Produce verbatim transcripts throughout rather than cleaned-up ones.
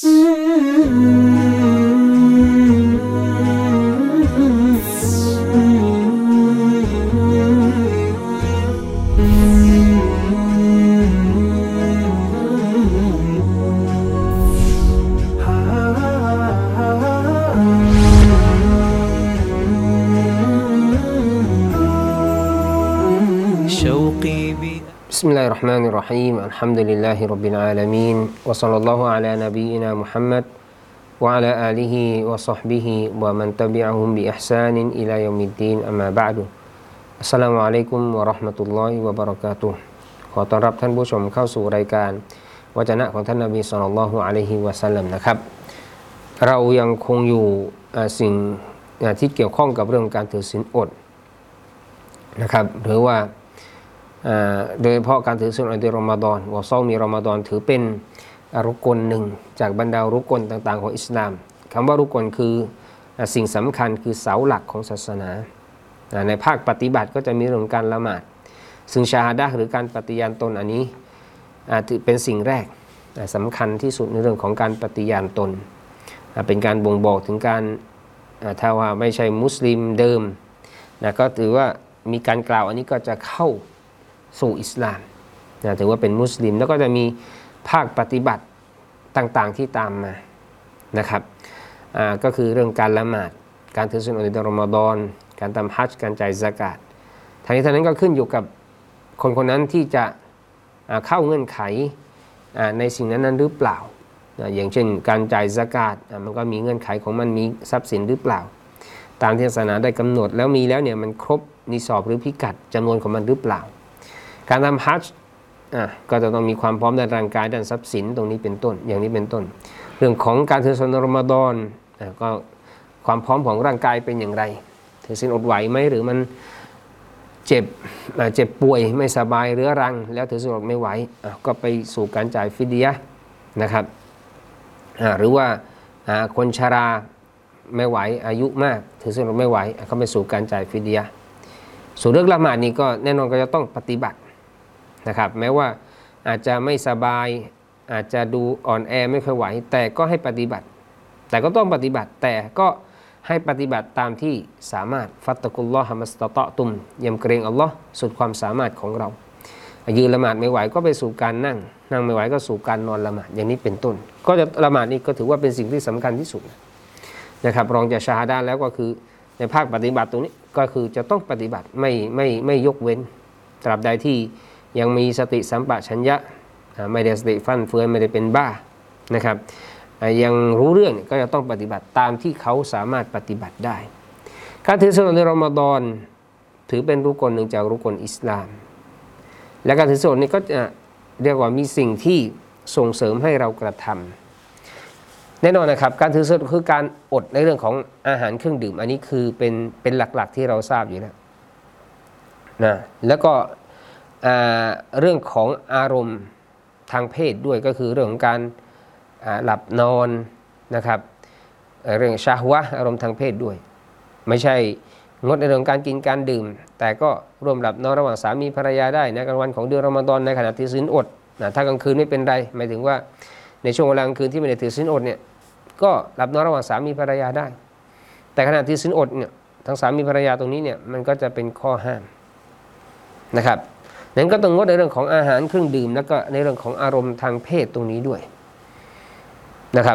بسم الله الرحمن الرحيم الحمد لله رب العالمين وصلى الله على نبينا محمد وعلى آله وصحبه ومن تبعهم بإحسان إلى يوم الدين أما بعد السلام عليكم ورحمة الله وبركاته ขอต้อนรับท่านผู้ชมเข้าสู่รายการวจนะของท่านนบีศ็อลลัลลอฮุอะลัยฮิวะซัลลัมนะครับเรายังคงอยู่สิ่งที่เกี่ยวข้องกับเรื่องการถือศีลอดนะครับหรือว่าโดยเฉพาะการถือศีลอดในรอมฎอนวะซอมีรอมฎอนถือเป็นรุกลหนึ่งจากบรรดารุกลต่างๆของอิสลามคำว่ารุกลคือสิ่งสำคัญคือเสาหลักของศาสนาในภาคปฏิบัติก็จะมีเรื่องการละหมาดซึ่งชาฮาดะห์หรือการปฏิญาณตนอันนี้ถือเป็นสิ่งแรกสำคัญที่สุดในเรื่องของการปฏิญาณตนเป็นการบ่งบอกถึงการถ้าว่าไม่ใช่มุสลิมเดิมนะก็ถือว่ามีการกล่าวอันนี้ก็จะเข้าสู่อิสลามนะถือว่าเป็นมุสลิมแล้วก็จะมีภาคปฏิบัติต่างๆที่ตามมานะครับก็คือเรื่องการละหมาดการถือศีลอดในรอมฎอนการทำฮัจญ์การจ่ายซะกาตทั้งนี้ทั้งนั้นก็ขึ้นอยู่กับคนคนนั้นที่จะเข้าเงื่อนไขในสิ่งนั้นๆหรือเปล่าอย่างเช่นการจ่ายซะกาตมันก็มีเงื่อนไขของมันมีทรัพย์สินหรือเปล่าตามที่ศาสนาได้กำหนดแล้วมีแล้วเนี่ยมันครบนิสอบหรือพิกัดจำนวนของมันหรือเปล่าการทำฮัจญ์ก็จะต้องมีความพร้อมด้านร่างกายด้านทรัพย์สินตรงนี้เป็นต้นอย่างนี้เป็นต้นเรื่องของการถือศีลรอมฎอนก็ความพร้อมของร่างกายเป็นอย่างไรถือศีลอดไหวไหมหรือมันเจ็บเจ็บป่วยไม่สบายเรื้อรังแล้วถือศีลอดไม่ไหวก็ไปสู่การจ่ายฟิดยะห์นะครับหรือว่าคนชราไม่ไหวอายุมากถือศีลอดไม่ไหวก็ไปสู่การจ่ายฟิดยะห์ส่วนเรื่องละหมาดนี้ก็แน่นอนก็จะต้องปฏิบัตินะครับแม้ว่าอาจจะไม่สบายอาจจะดูอ่อนแอไม่ค่อยไหวแต่ก็ให้ปฏิบัติแต่ก็ต้องปฏิบัติแต่ก็ให้ปฏิบัติตามที่สามารถฟัตตะกุลลอฮะมัสตะตะตุมยำเกรงอัลลอฮ์สุดความสามารถของเรายืนละหมาดไม่ไหวก็ไปสู่การนั่งนั่งไม่ไหวก็สู่การนอนละหมาดอย่างนี้เป็นต้นก็จะละหมาดนี้ก็ถือว่าเป็นสิ่งที่สำคัญที่สุดนะครับรองจากชาฮาดะห์แล้วก็คือในภาคปฏิบัติตรงนี้ก็คือจะต้องปฏิบัติไม่ไม่ไม่ยกเว้นตราบใดที่ยังมีสติสัมปชัญญะไม่ได้สติฟั่นเฟือนไม่ได้เป็นบ้านะครับยังรู้เรื่องก็จะต้องปฏิบัติตามที่เขาสามารถปฏิบัติได้การถือศีลในรอมฎอนถือเป็นรุกลหนึ่งจากรุกลอิสลามและการถือศีลนี้ก็จะเรียกว่ามีสิ่งที่ส่งเสริมให้เรากระทำแน่นอนนะครับการถือศีลคือการอดในเรื่องของอาหารเครื่องดื่มอันนี้คือเป็นเป็นหลักๆที่เราทราบอยู่แล้วนะแล้วก็เรื่องของอารมณ์ทางเพศด้วยก็คือเรื่องของการหลับนอนนะครับเรื่องชะฮวะอารมณ์ทางเพศด้วยไม่ใช่งดในเรื่องการกินการดื่มแต่ก็ร่วมหลับนอนระหว่างสามีภรรยาได้ในกลางวันของเดือนรอมฎอนในขณะที่ศีลอดนะถ้ากลางคืนไม่เป็นไรหมายถึงว่าในช่วงเวลากลางคืนที่ไม่ได้ถือศีลอดเนี่ยก็หลับนอนระหว่างสามีภรรยาได้แต่ขณะที่ศีลอดเนี่ยทั้งสามีภรรยาตรงนี้เนี่ยมันก็จะเป็นข้อห้ามนะครับนั้นก็ต้องงดในเรื่องของอาหารเครื่องดื่มแล้วก็ในเรื่องของอารมณ์ทางเพศตรงนี้ด้วยนะครับ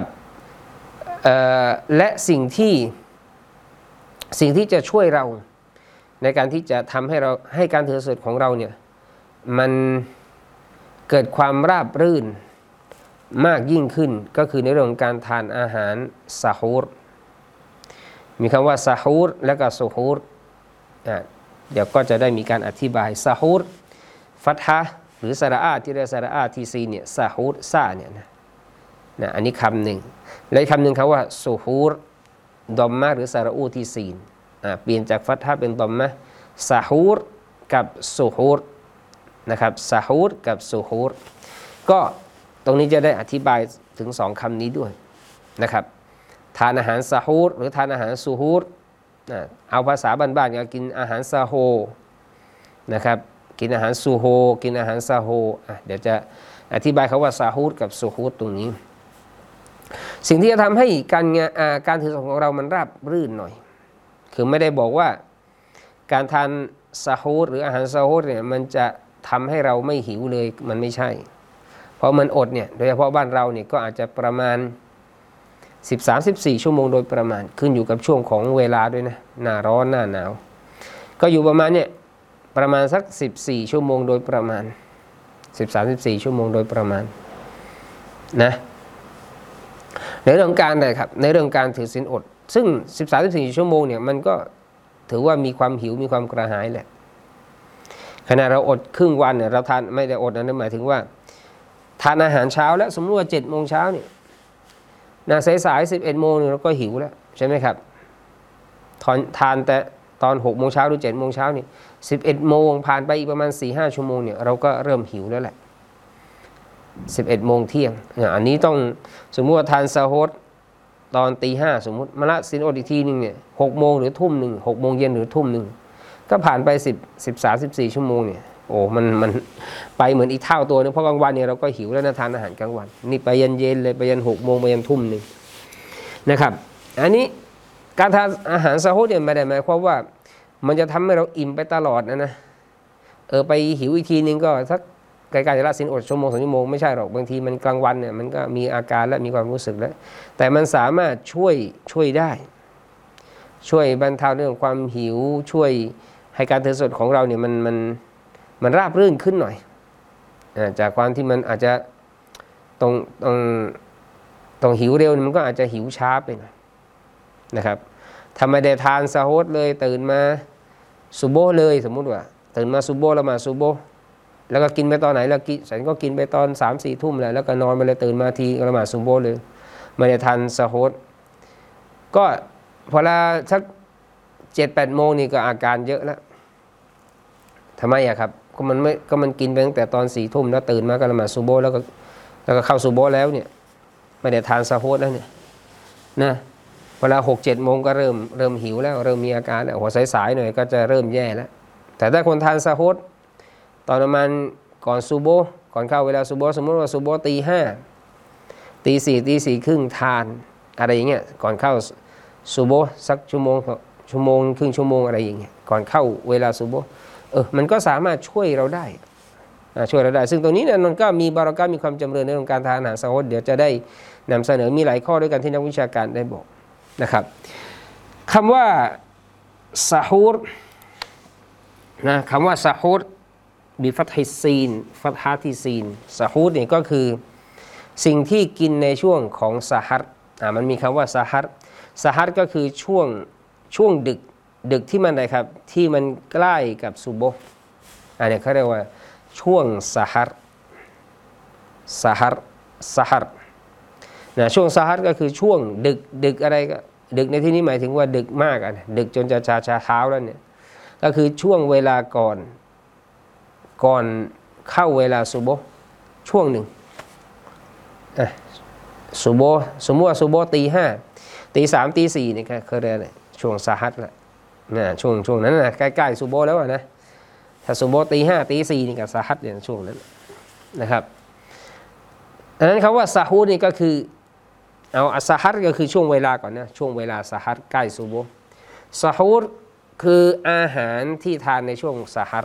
และสิ่งที่สิ่งที่จะช่วยเราในการที่จะทำให้เราให้การถือศีลของเราเนี่ยมันเกิดความราบรื่นมากยิ่งขึ้นก็คือในเรื่องของการทานอาหารซะฮูรมีคำว่าซะฮูรและก็ซุฮูรเดี๋ยวก็จะได้มีการอธิบายซะฮูรฟัตฮะหรือสระอาที่เรียกสระอาที่ซีเนี่ยซะฮูรซะเนี่ยนะนะอันนี้คำหนึ่งและคำหนึ่งคำว่าซุฮูรดอมมะหรือสระอูที่ซีนอ่าเปลี่ยนจากฟัตฮะเป็นดอมมะซะฮูรกับซุฮูรนะครับซะฮูรกับซุฮูรก็ตรงนี้จะได้อธิบายถึงสองคำนี้ด้วยนะครับทานอาหารซะฮูรหรือทานอาหารซุฮูรเอาภาษาบ้านๆก็กินอาหารซะโฮนะครับกินอาหารซูโฮกินอาหารซาโฮเดี๋ยวจะอธิบายคำว่าซาฮูดกับซูฮูดตรงนี้สิ่งที่จะทำให้การงานการถือศีลของเรามันราบรื่นหน่อยคือไม่ได้บอกว่าการทานซาฮูดหรืออาหารซาฮูดเนี่ยมันจะทำให้เราไม่หิวเลยมันไม่ใช่เพราะมันอดเนี่ยโดยเฉพาะบ้านเราเนี่ยก็อาจจะประมาณสิบสาม สิบสี่ชั่วโมงโดยประมาณขึ้นอยู่กับช่วงของเวลาด้วยนะหน้าร้อนหน้าหนาวก็อยู่ประมาณเนี่ยประมาณสักสิบสี่ชั่วโมงโดยประมาณสิบสาม สิบสี่ชั่วโมงโดยประมาณนะในเรื่องการอะไรครับในเรื่องการถือศีลอดซึ่งสิบสาม สิบสี่ชั่วโมงเนี่ยมันก็ถือว่ามีความหิวมีความกระหายแหละขณะเราอดครึ่งวันเนี่ยเราทานไม่ได้อดนะนั่นหมายถึงว่าทานอาหารเช้าแล้วสมมติว่าเจ็ดโมงเช้าเนี่ยนะสายสายสิบเอ็ดโมงเราก็หิวแล้วใช่ไหมครับทานทานแต่ตอนหกโมงเช้าหรือเจ็ดโมงเช้านี่สิบเอ็ดโมงผ่านไปอีกประมาณสี่ห้าชั่วโมงเนี่ยเราก็เริ่มหิวแล้วแหละสิบเอ็ดโมงเที่ยงอันนี้ต้องสมมติว่าทานซาโฮดตอนตีห้าสมมติมาละศีลอดอีกทีหนึ่งเนี่ยหกโมงหรือทุ่มหนึ่งหกโมงเย็นหรือทุ่มหนึ่งก็ผ่านไปสิบสิบสามสิบสี่ชั่วโมงเนี่ยโอ้มันมันไปเหมือนอีกเท่าตัวนึงเพราะกลางวันเนี่ยเราก็หิวแล้วนะทานอาหารกลางวันนี่ไปยันเย็นเลยไปยันหกโมงไปยันทุ่มหนึ่งนะครับอันนี้การทานอาหารซาโฮดเนี่ยไม่ได้หมายความว่ามันจะทำให้เราอิ่มไปตลอดนะนะเออไปหิวอีกทีนึงก็สักใกล้ๆจะละศีลอดชั่วโมงสองชั่วโมงไม่ใช่หรอกบางทีมันกลางวันเนี่ยมันก็มีอาการและมีความรู้สึกแล้วแต่มันสามารถช่วยช่วยได้ช่วยบรรเทาเรื่องความหิวช่วยให้การถือศีลของเราเนี่ยมันมันมันราบรื่นขึ้นหน่อยจากความที่มันอาจจะตรงตรงตรงหิวเร็วมันก็อาจจะหิวช้าไปหน่อยนะครับถ้าไม่ได้ทานซาโฮดเลยตื่นมาซุโบเลยสมมุติว่าตื่นมาซุโบแล้วมาซุโบแล้วก็กินไปตอนไหนแล้วกินฉันก็กินไปตอนสามสี่ทุ่มแล้วแล้วก็นอนไปเลยตื่นมาทีละหมาดซุโบเลยไม่ได้ทานซาโฮดก็พอละสักเจ็ดแปดโมงนี่ก็อาการเยอะแล้วทำไมอะครับก็มันไม่ก็มันกินไปตั้งแต่ตอนสี่ทุ่มแล้วตื่นมาก็ละหมาดซุโบแล้วก็แล้วก็เข้าซุโบแล้วเนี่ยไม่ได้ทานซาโฮดแล้วเนี่ยนะเวลาหกเจ็ดโมงก็เริ่มเริ่มหิวแล้วเริ่มมีอาการแล้วหัวสายๆหน่อยก็จะเริ่มแย่แล้วแต่ถ้าคนทานซาโฮดตอนประมาณก่อนซูโบก่อนเข้าเวลาซูโบสมมติว่าซูโบตีห้าตีสี่ตีสี่ครึ่งทานอะไรอย่างเงี้ยก่อนเข้าซูโบสักชั่วโมงชั่วโมงครึ่งชั่วโมงอะไรอย่างเงี้ยก่อนเข้าเวลาซูโบเออมันก็สามารถช่วยเราได้ช่วยเราได้ซึ่งตรงนี้เนี่ยมันก็มีบารักะห์มีความจำเริญในเรื่องการทานอาหารซาโฮดเดี๋ยวจะได้นำเสนอมีหลายข้อด้วยกันที่นักวิชาการได้บอกนะครับคำว่าซาฮูรนะคำว่าซาฮูรบิฟัตฮิซีนฟัตฮาติซีนซาฮูรเนี่ยก็คือสิ่งที่กินในช่วงของซาฮัรอ่ามันมีคำว่าซาฮัรซาฮัรก็คือช่วงช่วงดึกดึกที่มันอะไรครับที่มันใกล้กับซุโบห์อันนี้เขาเรียกว่าช่วงซาฮัรซาฮัรซาฮัรนะช่วงซาฮัรก็คือช่วงดึกดึกอะไรก็ดึกในที่นี้หมายถึงว่าดึกมากอ่ะดึกจนจะชาชาเท้าแล้วเนี่ยก็คือช่วงเวลาก่อนก่อนเข้าเวลาซุโบห์ช่วงหนึ่งอ่ะซุโบห์สมมติว่าซุโบห์ตีห้าตีสามตีสี่นี่ก็คือเรียกอะไรช่วงซาฮัรละนะช่วงช่วงนั้นนะใกล้ๆซุโบห์แล้วนะถ้าซุโบห์ตีห้าตีสี่นี่ก็ซาฮัรเนี่ยช่วงนั้นนะครับอันนั้นคำว่าซาฮูดนี่ก็คือเอาซาฮัรก็คือช่วงเวลาก่อนนะช่วงเวลาซาฮัรใกล้ซุโบห์ซาฮูดคืออาหารที่ทานในช่วงซาฮัร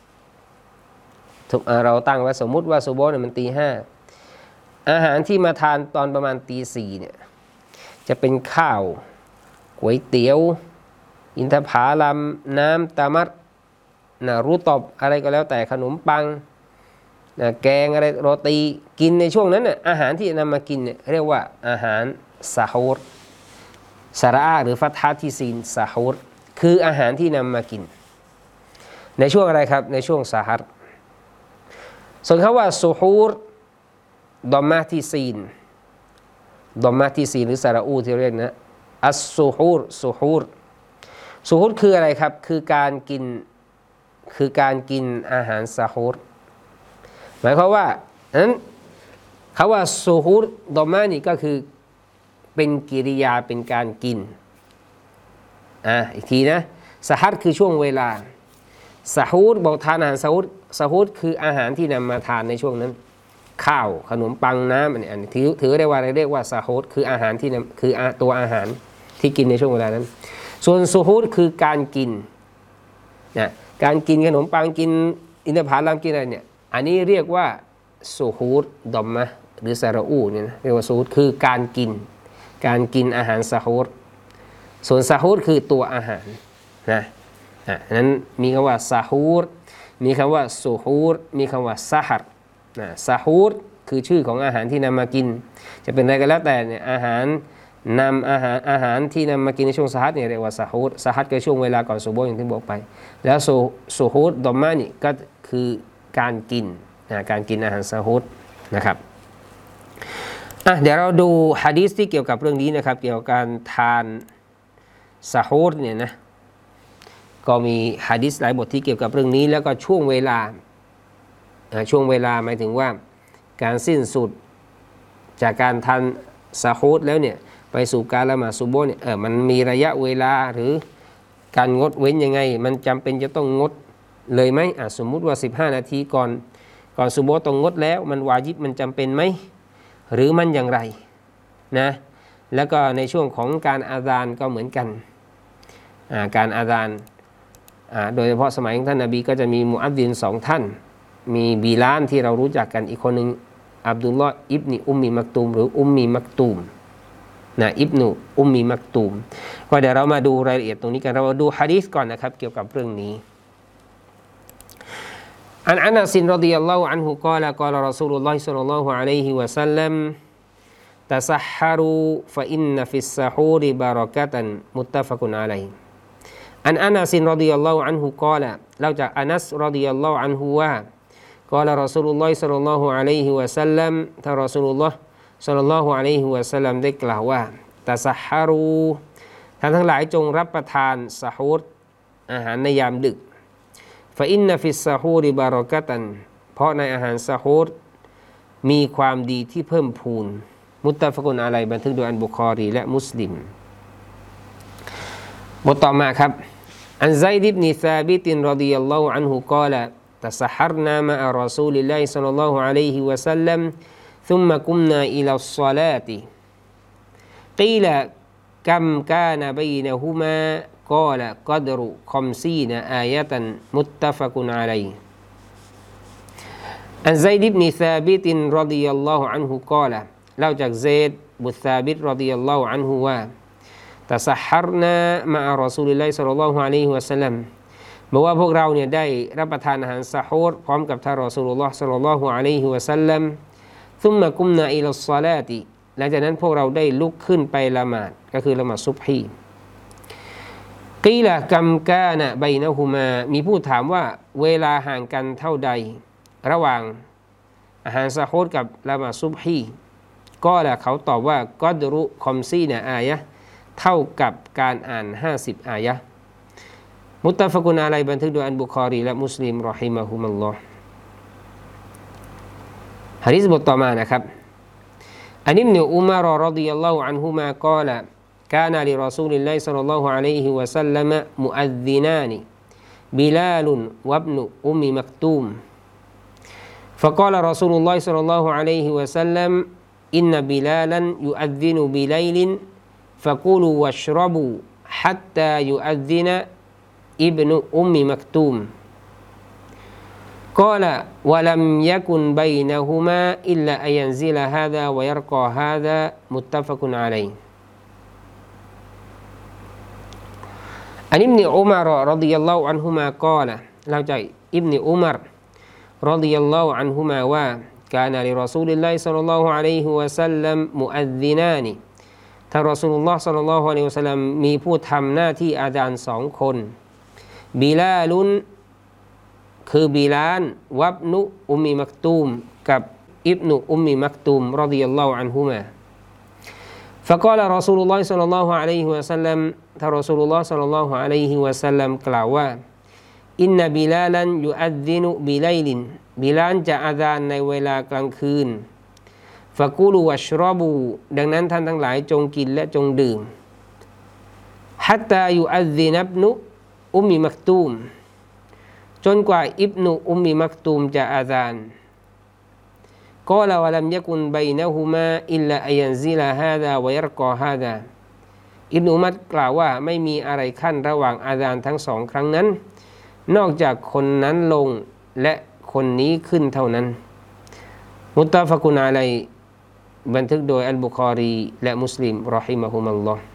เราตั้งไว้สมมุติว่าซุโบห์เนี่ยมันตีห้าอาหารที่มาทานตอนประมาณตีสี่เนี่ยจะเป็นข้าวก๋วยเตี๋ยวอินทผลัมน้ำตามัดนะรูตอบอะไรก็แล้วแต่ขนมปังนะแกงอะไรโรตีกินในช่วงนั้นน่ะอาหารที่นำมากินเนี่ยเรียกว่าอาหารซาฮูรสระอาหรือฟัตฮาติซีนซาฮูรคืออาหารที่นำมากินในช่วงอะไรครับในช่วงซาฮัรส่วนคำว่าซูฮูรดอมมาที่ซีนดอมมาที่ซีนหรือสระอูที่เรียกนะอัสซูฮูรซูฮูรซูฮูรคืออะไรครับคือการกินคือการกินอาหารซาฮูรหมายความว่านั้นคำว่าซูฮูรดอมมานี่ก็คือเป็นกิริยาเป็นการกินอ่าอีกทีนะซาฮัรคือช่วงเวลาซาฮูรบอกทานอาหารซาฮูรซาฮูรคืออาหารที่นำมาทานในช่วงนั้นข้าวขนมปังน้ำอันนี้อันนี้ถือถือได้ว่าเรียกว่าซาฮูดคืออาหารที่คือตัวอาหารที่กินในช่วงเวลานั้นส่วนซูฮูดคือการกินนะการกินขนมปังกินอินทผลัมกินอะไรเนี่ยอันนี้เรียกว่าซูฮูดดอมมะหรือซาราอูเนี่ยนะเรียกว่าซูฮูดคือการกินการกินอาหารซาฮูดส่วนซาฮูดคือตัวอาหารนะอ่ะนั้นมีคำว่าซาฮูดมีคำว่าซูฮูดมีคำว่าซาฮัรนะซาฮูดคือชื่อของอาหารที่นำมากินจะเป็นอะไรก็แล้วแต่เนี่ยอาหารนำอาหารอาหารที่นำมากินในช่วงซาฮัดเนี่ยเรียกว่าซาฮูดซาฮัดก็ช่วงเวลาก่อนซุบฮ์อย่างที่บอกไปแล้วซูซูฮูดดอมมานี่ก็คือการกินนะการกินอาหารซาฮูดนะครับอ่ะเดี๋ยวเราดูหะดีษที่เกี่ยวกับเรื่องนี้นะครับเกี่ยวกับการทานซาฮูดเนี่ยนะก็มีหะดีษหลายบทที่เกี่ยวกับเรื่องนี้แล้วก็ช่วงเวลาช่วงเวลาหมายถึงว่าการสิ้นสุดจากการทานซาฮูดแล้วเนี่ยไปสู่การละหมาดซุบฮ์เนี่ยเออมันมีระยะเวลาหรือการงดเว้นยังไงมันจำเป็นจะต้องงดเลยไหมอ่ะสมมุติว่าสิบห้านาทีก่อนก่อนซุบฮ์ต้องงดแล้วมันวาญิบมันจำเป็นไหมหรือมันอย่างไรนะแล้วก็ในช่วงของการอาซานก็เหมือนกันอ่าการอาซานอ่าโดยเฉพาะสมัยของท่านนบีก็จะมีมุอัซซินสองท่านมีบีลานที่เรารู้จักกันอีกคนหนึ่งอับดุลลอฮ์อิบนิอุมมีมักตูมหรืออุมมีมักตูมนะอิบนุอุมมีมักตูมก็เดี๋ยวเรามาดูรายละเอียดตรงนี้กันเราดูหะดีษก่อนนะครับเกี่ยวกับเรื่องนี้อันอานัสรฎิยัลลอฮุอันฮุกล่าวกล่าวรอซูลุลลอฮิศ็อลลัลลอฮุอะลัยฮิวะซัลลัมตะซัฮฮารูฟะอินนะฟิสซะฮูริบารอกะตันมุตตะฟะกุนอะลัยฮิอันอานัสรฎิยัลลอฮุอันฮุกล่าวเล่าจากอานัสรฎิยัลลอฮุอันฮุว่ากล่าวรอซูลุลลอฮิศ็อลลัลลอฮุอะลัยฮิวะซัลลัมท่านรอซูลุลลอฮ์ศ็อลลัลลอฮุอะลัยฮิวะซัลลัมได้กล่าวว่าตะซัฮฮารูท่านทั้งหลายจงรับประทานซะฮูดอาหารในยามดึกฟะอินนะฟิสซะฮูริบารอกะตันเพราะในอาหารซะฮูดมีความดีที่เพิ่มพูนมุตตะฟะกุนอะลัยบันทึกโดยอันบุคอรีและมุสลิมบทต่อมาครับอันซัยด อิบนุซาบิตรอฎิยัลลอฮุอันฮุกล่าวتسحرنا مع رسول الله صلى الله عليه وسلم ثم قمنا إلى الصلاة قيل كم كان بينهما قال قدر خمسين آية متفق عليه عن زيد بن ثابت رضي الله عنه قال เล่าจากเซดบุตรซาบิตรอฎิยัลลอฮุอันฮุว่าتسحرنا مع رسول الله صلى الله عليه وسلمบอกว่าพวกเราเนี่ยได้รับประทานอาหารซะฮูดพร้อมกับท่านรอซูลุลลอฮ์ศ็อลลัลลอฮุอะลัยฮิวะซัลลัมซุมมะกุมนาอิลัสศอลาติหลังจากนั้นพวกเราได้ลุกขึ้นไปละหมาดก็คือละหมาดซุบฮีกีละกัมกานะบัยนะฮุมามีผู้ถามว่าเวลาห่างกันเท่าใดระหว่างอาหารซะฮูดกับละหมาดซุบฮีก็ละเขาตอบว่ากอดรุคอมซีนะอายะเท่ากับการอ่านห้าสิบอายะมุตตะฟะกุนอะลัยบันทึกโดยอันบุคอรีและมุสลิมรอฮิมะฮุมัลลอฮ์หะดีษบทต่อมานะครับอันอิบนุอุมารรอฎิยัลลอฮุอันฮุมากล่าวกานะลิรอซูลิลลาฮิศ็อลลัลลอฮุอะลัยฮิวะซัลลัมมุอัซซินานบิลาลวะอิบนุอุมมิมักตูม فقال رسول الله صلى الله عليه وسلم إن بلالا يؤذن بليل فقولوا واشربوا حتى يؤذن ابن أم مكتوم قال ولم يكن بينهما إلا أن ينزل هذا ويرقى هذا متفق عليه عن ابن عمر رضي الله عنهما قال เราจากอิบนุอุมัรรอฎิยัลลอฮุอันฮุมาว่า كان لرسول الله صلى الله عليه وسلم مؤذنان ท่านรอซูลุลลอฮ์ศ็อลลัลลอฮุอะลัยฮิวะซัลลัมมีผู้ทำหน้าที่อาซานสองคนบิลาลุนคือบิลานวับนุอุมมีมักตูมกับอิบนุอุมมีมักตูมรอฎิยัลลอฮุอันฮุมาفقال رسول الله صلى الله عليه وسلم ท่านรอซูลุลลอฮ์ศ็อลลัลลอฮุอะลัยฮิวะซัลลัมกล่าวว่าอินนะบิลาลันยุอัซซินุบิไลลินบิลานจะอาซานในเวลากลางคืนฟะกูลูวัชรอบูดังนั้นท่านทั้งหลายจงกินและจงดื่มฮัตตายุอัซซินับนุอุมมีมักตูมจนกว่าอิบนุอุมมีมักตูมจะอาซานกอลาวะลัมยะกุนบัยนะฮุมาอิลลาอัยันซิลาฮาดาวะยัรกอฮาดาอิบนุอุมัรกล่าวว่าไม่มีอะไรขั้นระหว่างอาซานทั้งสองครั้งนั้นนอกจากคนนั้นลงและคนนี้ขึ้นเท่านั้นมุตตะฟะกุนอะลัยฮิบันทึกโดยอัลบุคอรีและมุสลิมรอฮิมะฮุมัลลอฮ์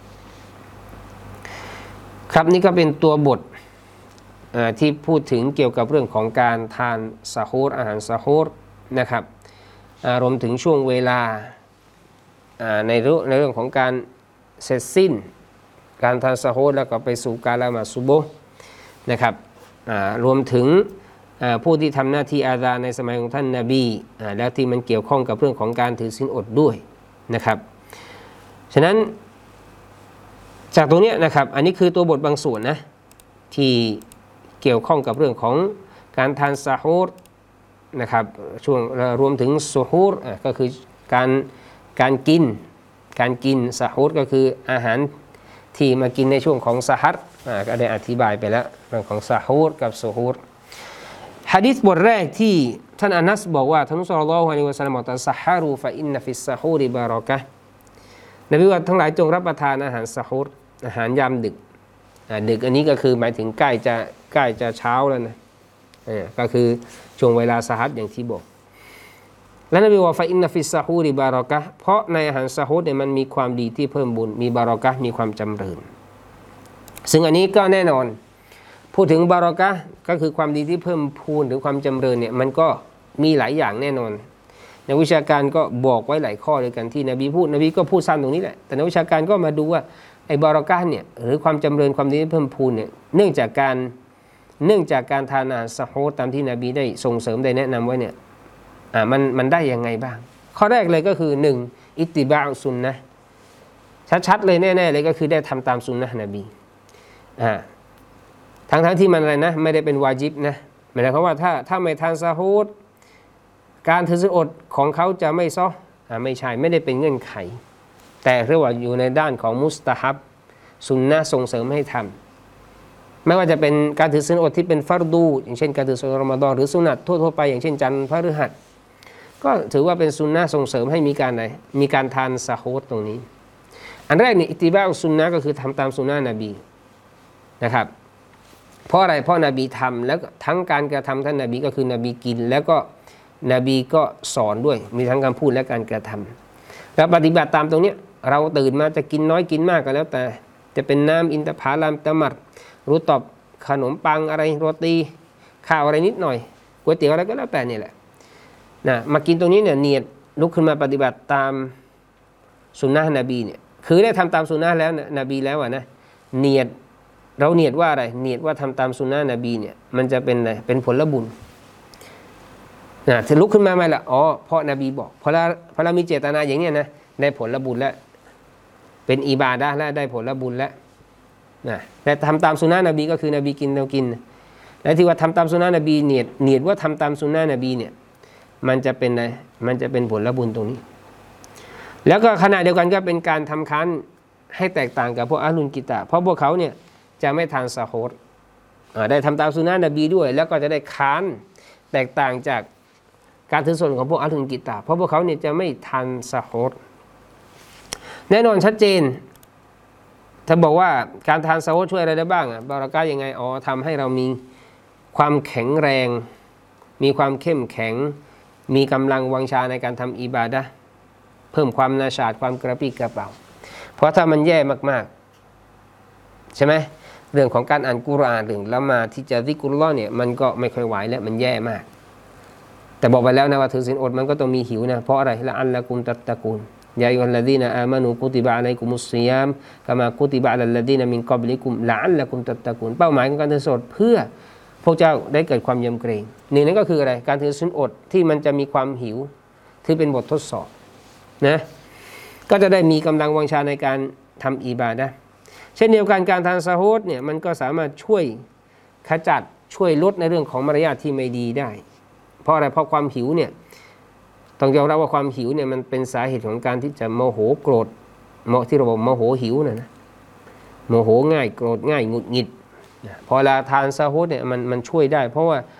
ครับนี่ก็เป็นตัวบทที่พูดถึงเกี่ยวกับเรื่องของการทานซะฮูรอาหารซะฮูรนะครับรวมถึงช่วงเวลาในเรื่องในเรื่องของการเสร็จสิ้นการทานซะฮูรแล้วก็ไปสู่การละหมาดซุบฮ์นะครับรวมถึงผู้ที่ทำหน้าที่อาซานในสมัยของท่านนบีแล้วที่มันเกี่ยวข้องกับเรื่องของการถือศีลอดด้วยนะครับฉะนั้นจากตรงนี้นะครับอันนี้คือตัวบทบางส่วนนะที่เกี่ยวข้องกับเรื่องของการทานซะฮูรนะครับช่วงรวมถึงซุฮูรก็คือการการกินการกินซะฮูรก็คืออาหารที่มากินในช่วงของซะฮัรก็ได้อธิบายไปแล้วเรื่องของซะฮูรกับซุฮูรหะดีษบทแรกที่ท่านอานัสบอกว่าท่านศ็อลลัลลอฮุอะลัยฮิวะซัลลัมบอกตะซะฮารูฟะอินนะฟิสซะฮูริบารอกะฮ์นบีว่าทั้งหลายจงรับประทานอาหารซะฮูรอาหารยามดึกดึกอันนี้ก็คือหมายถึงใกล้จะใกล้จะเช้าแล้วนะก็คือช่วงเวลาซะฮัรอย่างที่บอกและนบีว่าฟะอินนะฟิสซะฮูริบารอกะฮ์เพราะในอาหารซะฮูรเนี่ยมันมีความดีที่เพิ่มบุญมีบารอกะฮ์มีความจำเริญซึ่งอันนี้ก็แน่นอนพูดถึงบารอกะฮ์ก็คือความดีที่เพิ่มพูนหรือความจำเริญเนี่ยมันก็มีหลายอย่างแน่นอนในวิชาการก็บอกไว้หลายข้อด้วยกันที่นบีพูดนบีก็พูดซ้ำตรงนี้แหละแต่ในวิชาการก็มาดูว่าไอ้บารอกะฮ์เนี่ยหรือความจำเริญความดีที่เพิ่มพูนเนี่ยเนื่องจากการเนื่องจากการทานอาหารซะฮูรตามที่นบีได้ส่งเสริมได้แนะนำไว้เนี่ยอ่ามันมันได้ยังไงบ้างข้อแรกเลยก็คือหนึ่งอิตติบาอุซุนนะห์ชัดๆเลยแน่ๆเลยก็คือได้ทำตามซุนนะห์นบีอ่าทั้งทั้งที่มันอะไรนะไม่ได้เป็นวาญิบนะหมายความว่าถ้าถ้าไม่ทานซะฮูรการถือศีลอดของเขาจะไม่ซ้ออ่าไม่ใช่ไม่ได้เป็นเงื่อนไขแต่เรียกว่าอยู่ในด้านของมุสตะฮับซุนนะห์ส่งเสริมให้ทำไม่ว่าจะเป็นการถือศีลอดที่เป็นฟัรดูอย่างเช่นการถือศีลรอมฎอนหรือสุนัตทั่วๆไปอย่างเช่นจันทร์พฤหัสก็ถือว่าเป็นซุนนะห์ส่งเสริมให้มีการไหนมีการทานซะฮูรตรงนี้อันแรกนี่อิตติบาอุซุนนะห์ก็คือทำตามซุนนะห์นบีนะครับเพราะอะไรเพราะนบีทำแล้วทั้งการกระทำท่านนบีก็คือนบีกินแล้วก็นบีก็สอนด้วยมีทั้งการพูดและการกระทำแล้วปฏิบัติตามตรงนี้เราตื่นมาจะกินน้อยกินมากก็แล้วแต่จะเป็นน้ำอินทผลัมตะมัดรูตอบขนมปังอะไรโรตีข้าวอะไรนิดหน่อยก๋วยเตี๋ยวอะไรก็แล้วแต่เนี่ยแหละนะมากินตรงนี้เนี่ยเนียดลุกขึ้นมาปฏิบัติตามสุนนะนบีเนี่ยคือได้ทำตามสุนนะแล้วนะนบีแล้วอ่ะนะเนียดเราเนียดว่าอะไรเนียดว่าทำตามสุนนะนบีเนี่ยมันจะเป็นอะไรเป็นผลบุญนะจะลุกขึ้นมาไหมล่ะอ๋อเพราะนบีบอกพอเราพอเรามีเจตนาอย่างนี้นะได้ผลบุญแล้วเป็นอิบาดะห์แล้วได้ผลบุญแล้วนะแต่ทำตามสุนนะนบีก็คือนบีกินเรากินและที่ว่าทำตามสุนนะนบีเนียดเนียดว่าทำตามสุนนะนบีเนี่ยมันจะเป็นอะไรมันจะเป็นผลบุญตรงนี้แล้วก็ขณะเดียวกันก็เป็นการทำค้านให้แตกต่างกับพวกอะห์ลุลกิตาบเพราะพวกเขาเนี่ยจะไม่ทานซะฮูรได้ทำตามสุนนะนบีด้วยแล้วก็จะได้ค้านแตกต่างจากการถือศีลของพวกอะห์ลุลกิตาบเพราะพวกเขาเนี่ยจะไม่ทานซะฮูรแน่นอนชัดเจนถ้าบอกว่าการทานซะฮูรช่วยอะไรได้บ้างอ่ะบารอกะฮ์ยังไงอ๋อทำให้เรามีความแข็งแรงมีความเข้มแข็งมีกำลังวังชาในการทำอิบาดะห์เพิ่มความนาชาดความกระปรี้กระเปร่าเพราะถ้ามันแย่มากๆใช่ไหมเรื่องของการอ่านกุรอานหรือละหมาดที่จะซิกรุลลอฮ์เนี่ยมันก็ไม่ค่อยไหวแล้วมันแย่มากแต่บอกไปแล้วนะว่าถือศีลอดมันก็ต้องมีหิวนะเพราะอะไรละอัลละกุมตัตตะกูนยาอัยฮัลลซีนะอามานูกุติบะอะลัยกุมุศศิยามกะมากุติบะอะลัลลซีนะมินกับลิกุมละอัลละกุมตัตตะกูนเป้าหมายของการถือศีลอดเพื่อพวกเจ้าได้เกิดความยำเกรงหนึ่งนั้นก็คืออะไรการถือศีลอดที่มันจะมีความหิวที่เป็นบททดสอบนะก็จะได้มีกำลังวังชาในการทำอิบาดะห์เช่นเดียวกันการทานซะฮูรเนี่ยมันก็สามารถช่วยขจัดช่วยลดในเรื่องของมารยาทที่ไม่ดีได้เพราะอะไรเพราะความหิวเนี่ยต้องยอมรับว่าความหิวเนี่ยมันเป็นสาเหตุของการที่จะโมโหโกรธเหมาะที่เราบอกโมโหหิวนะนะโมโหง่ายโกรธง่ายหงุดหงิดพอเวลาทานซะฮูรเนี่ยมันมันช่วยได้เพราะว่า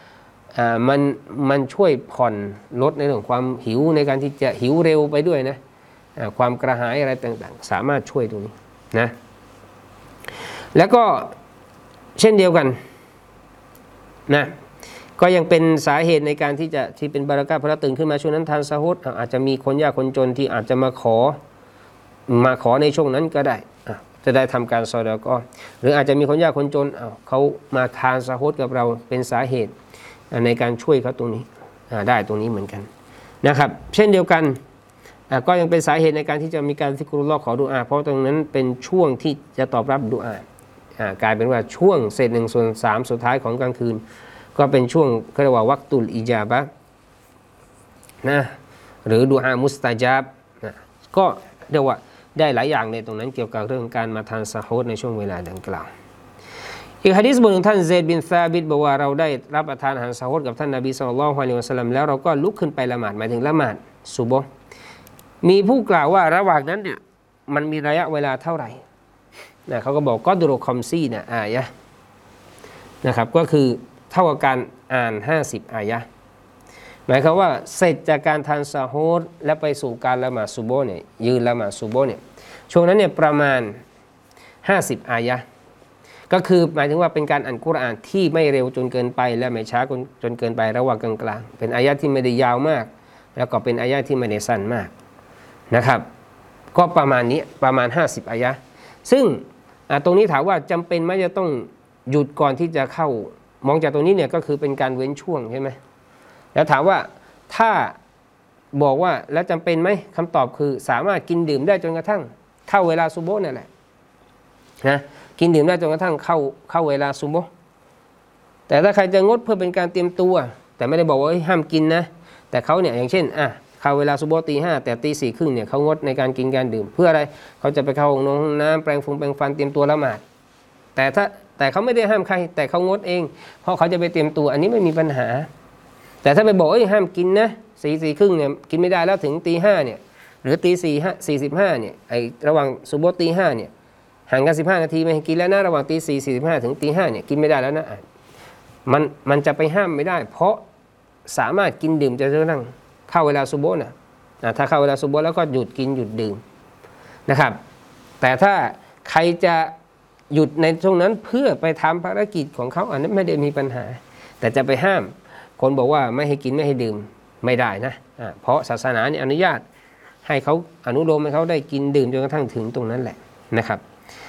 อ่ามันมันช่วยผ่อนลดในเรื่องความหิวในการที่จะหิวเร็วไปด้วยนะความกระหายอะไรต่างๆสามารถช่วยตรงนี้นะแล้วก็เช่นเดียวกันนะก็ยังเป็นสาเหตุในการที่จะที่เป็นบารอกาฮ์พอเราตื่นขึ้นมาช่วงนั้นทานซะฮูดอาจจะมีคนยากคนจนที่อาจจะมาขอมาขอในช่วงนั้นก็ได้จะได้ทำการซอดาก็หรืออาจจะมีคนยากคนจนเขามาทานซะฮูดกับเราเป็นสาเหตุในการช่วยเขาตรงนี้ได้ตรงนี้เหมือนกันนะครับเช่นเดียวกันก็ยังเป็นสาเหตุในการที่จะมีการซิกรุลลอฮ์ขอดุอาเพราะตรงนั้นเป็นช่วงที่จะตอบรับดุอากลายเป็นว่าช่วงเศษหนึ่งส่วนสามสุดท้ายของกลางคืนก็เป็นช่วงเขาเรียกว่าวักตุลอิจาบะนะหรือดุอามุสตาจับนะก็เรียกว่าได้หลายอย่างในตรงนั้นเกี่ยวกับเรื่องการมาทานซะฮูดในช่วงเวลาดังกล่าวอีกหะดีษบทหนึ่งท่านเซดบินซาบิตบอกว่าเราได้รับประทานอาหารซะฮูดกับท่านนบีศ็อลลัลลอฮุอะลัยฮิวะซัลลัมแล้วเราก็ลุกขึ้นไปละหมาดหมายถึงละหมาดซุบฮ์มีผู้กล่าวว่าระหว่างนั้นเนี่ยมันมีระยะเวลาเท่าไหร่นะเขาก็บอกก็ดุรุคอมซีนะอายะนะครับก็คือเท่ากับการอ่านห้าสิบอายะหมายความว่าเสร็จจากการทานซะฮูดและไปสู่การละหมาดซุบฮ์เนี่ยยืนละหมาดซุบฮ์เนี่ยช่วงนั้นเนี่ยประมาณห้าสิบอายะก็คือหมายถึงว่าเป็นการอ่านกุรอานที่ไม่เร็วจนเกินไปและไม่ช้าจนเกินไประหว่างกลางๆเป็นอายะที่ไม่ได้ยาวมากแล้วก็เป็นอายะที่ไม่ได้สั้นมากนะครับก็ประมาณนี้ประมาณห้าสิบอายะซึ่งตรงนี้ถามว่าจำเป็นไหมจะต้องหยุดก่อนที่จะเข้ามองจากตรงนี้เนี่ยก็คือเป็นการเว้นช่วงใช่ไหมแล้วถามว่าถ้าบอกว่าแล้วจำเป็นไหมคำตอบคือสามารถกินดื่มได้จนกระทั่งเข้าเวลาซุบฮ์นั่นแหละนะกินดื่มได้จนกระทั่งเข้าเข้าเวลาซุบฮ์แต่ถ้าใครจะงดเพื่อเป็นการเตรียมตัวแต่ไม่ได้บอกว่าห้ามกินนะแต่เขาเนี่ยอย่างเช่นอ่ะเข้าเวลาซุบฮ์ตีห้าแต่ตีสี่ครึ่งเนี่ยเขางดในการกินการดื่มเพื่ออะไรเขาจะไปเข้าห้องน้ำแปรงฟันแปรงฟันเตรียมตัวละหมาดแต่ถ้าแต่เขาไม่ได้ห้ามใครแต่เขางดเองเพราะเขาจะไปเตรียมตัวอันนี้ไม่มีปัญหาแต่ถ้าไปบอกเอ้ยห้ามกินนะสี่สี่ครึ่งเนี่ยกินไม่ได้แล้วถึงตีห้าเนี่ยหรือตีสี่ห้าสี่สิบห้าเนี่ยไอระหว่างซุบฮ์ตีห้าเนี่ยห่างกันสิบห้านาทีไม่ให้กินแล้วนะระหว่างตีสี่สี่สิบห้าถึงตีห้าเนี่ยกินไม่ได้แล้วนะมันมันจะไปห้ามไม่ได้เพราะสามารถกินดื่มจะนั่งเข้าเวลาซุบฮ์นะถ้าเข้าเวลาซุบฮ์แล้วก็หยุดกินหยุดดื่มนะครับแต่ถ้าใครจะหยุดในช่วงนั้นเพื่อไปทำภารกิจของเขาอันนั้นไม่ได้มีปัญหาแต่จะไปห้ามคนบอกว่าไม่ให้กินไม่ให้ดื่มไม่ได้นะะเพราะศาสนาเนี่ยอนุญาตให้เขาอนุโลมให้เขาได้กินดื่มจนกระทั่งถึงตรงนั้นแหละนะครับ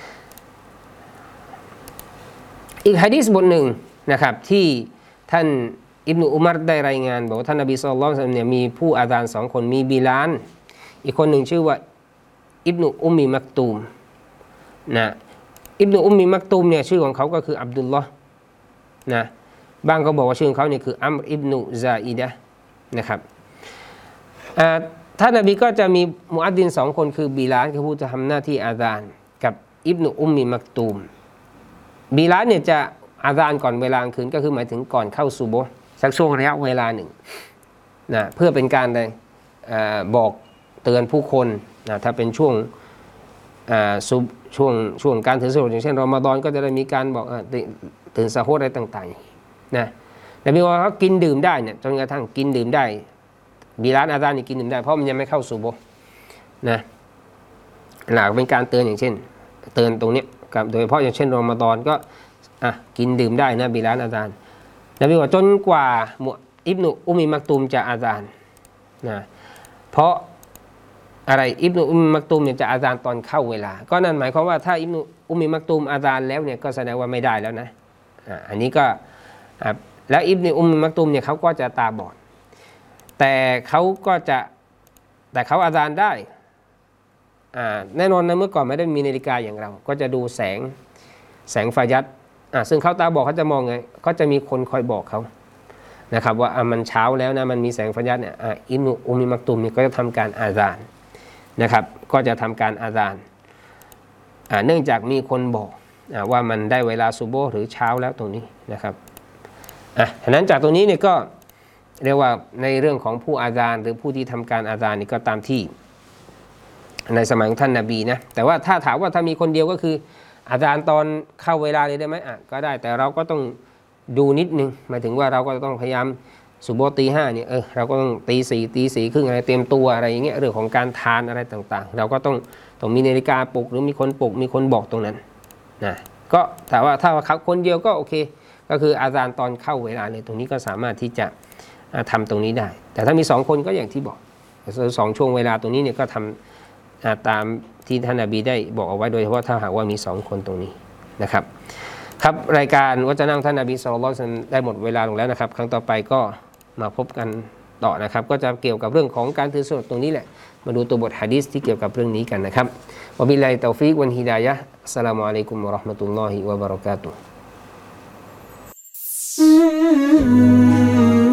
อีกหะดีษบทหนึ่งนะครับที่ท่านอิบนุอุมัรได้รายงานบอกว่าท่านนบีศ็อลลัลลอฮุอะลัยฮิวะซัลลัมเนี่ยมีผู้อาซานสองคนมีบิลาลอีกคนหนึ่งชื่อว่าอิบนุอุมมีมักตูมนะอิบนุอุมมีมักตูมเนี่ยชื่อของเขาก็คืออับดุลลอฮ์นะบางก็บอกว่าชื่อของเขาเนี่ยคืออัมรอิบนุซาอิดะห์นะครับท่านนบีก็จะมีมุอัดดินสองคนคือบิลาลคือผู้จะทำหน้าที่อาซานกับอิบนุอุมมีมักตูมบิลาลเนี่ยจะอาซานก่อนเวลากลางคืนก็คือหมายถึงก่อนเข้าซุบฮ์สักช่วงระยะเวลาหนึ่งนะเพื่อเป็นการได้บอกเตือนผู้คนนะถ้าเป็นช่วงซุบช่วงช่วงการถือศีลอย่างเช่นรอมฎอนก็จะได้มีการบอกตื่นซะฮูดอะไรต่างๆนะแต่มีว่าเขากินดื่มได้เนี่ยจนกระทั่งกินดื่มได้บิลาลอาซานนี่กินดื่มได้เพราะมันยังไม่เข้าซุบฮ์นะหลักเป็นการเตือนอย่างเช่นเตือนตรงนี้กับโดยเฉพาะอย่างเช่นรอมฎอนก็อ่ะกินดื่มได้นะบิลาลอาซานนบีว่าจนกว่าอิบนุอุมมีมักตูมจะอาซานนะเพราะอะไรอิบนุอุมมีมักตูมเนี่ยจะอาซานตอนเข้าเวลาก็นั่นหมายความว่าถ้าอิบนุอุมมีมักตูมอาซานแล้วเนี่ยก็แสดงว่าไม่ได้แล้วนะอ่าอันนี้ก็แล้วอิบนุอุมมีมักตูมเนี่ยเขาก็จะตาบอดแต่เขาก็จะแต่เขาอาซานได้อ่าแน่นอนนะเมื่อก่อนไม่ได้มีนาฬิกาอย่างเราก็จะดูแสงแสงฟายัดอ่าซึ่งเขาตาบอกเขาจะมองไงก็จะมีคนคอยบอกเขานะครับว่าอ่ามันเช้าแล้วนะมันมีแสงฟายัดเนี่ยอ่าอิบนุอุมมีมักตูมเนี่ยก็จะทำการอาซานนะครับก็จะทำการอาซานอ่าเนื่องจากมีคนบอกอ่าว่ามันได้เวลาซุบฮ์หรือเช้าแล้วตรงนี้นะครับอ่ะฉะนั้นจากตรงนี้เนี่ยก็เรียกว่าในเรื่องของผู้อาซานหรือผู้ที่ทำการอาซานนี่ก็ตามที่ในสมัยของท่านนบีนะแต่ว่าถ้าถามว่าถ้ามีคนเดียวก็คืออาซานตอนเข้าเวลาเลยได้ไหมอ่ะก็ได้แต่เราก็ต้องดูนิดนึงหมายถึงว่าเราก็ต้องพยายามสุโบตีห้าเนี่ยเออเราก็ต้องตีสี่ตีสี่ครึ่งอะไรเตรียมตัวอะไรอย่างเงี้ยเรื่องของการทานอะไรต่างๆเราก็ต้องต้องมีนาฬิกาปลุกหรือมีคนปลุกมีคนบอกตรงนั้นนะก็แต่ว่าถ้าเขาคนเดียวก็โอเคก็คืออาจารย์ตอนเข้าเวลาเลยตรงนี้ก็สามารถที่จะทำตรงนี้ได้แต่ถ้ามีสองคนก็อย่างที่บอกสองช่วงเวลาตรงนี้เนี่ยก็ทำตามที่ท่านนบีได้บอกเอาไว้โดยเฉพาะถ้าหากว่ามีสองคนตรงนี้นะครับครับรายการวัจนั่งท่านนบีศ็อลลัลลอฮุอะลัยฮิวะซัลลัมได้หมดเวลาลงแล้วนะครับครั้งต่อไปก็มาพบกันต่อนะครับก็จะเกี่ยวกับเรื่องของการถือศีลอดตรงนี้แหละมาดูตัวบทหะดีษที่เกี่ยวกับเรื่องนี้กันนะครับวะบิลลาฮิตอฟิกวัลฮิดายะฮ์อัสสลามุอะลัยกุมวะเราะห์มะตุลลอฮิวะบะเราะกาตุฮ์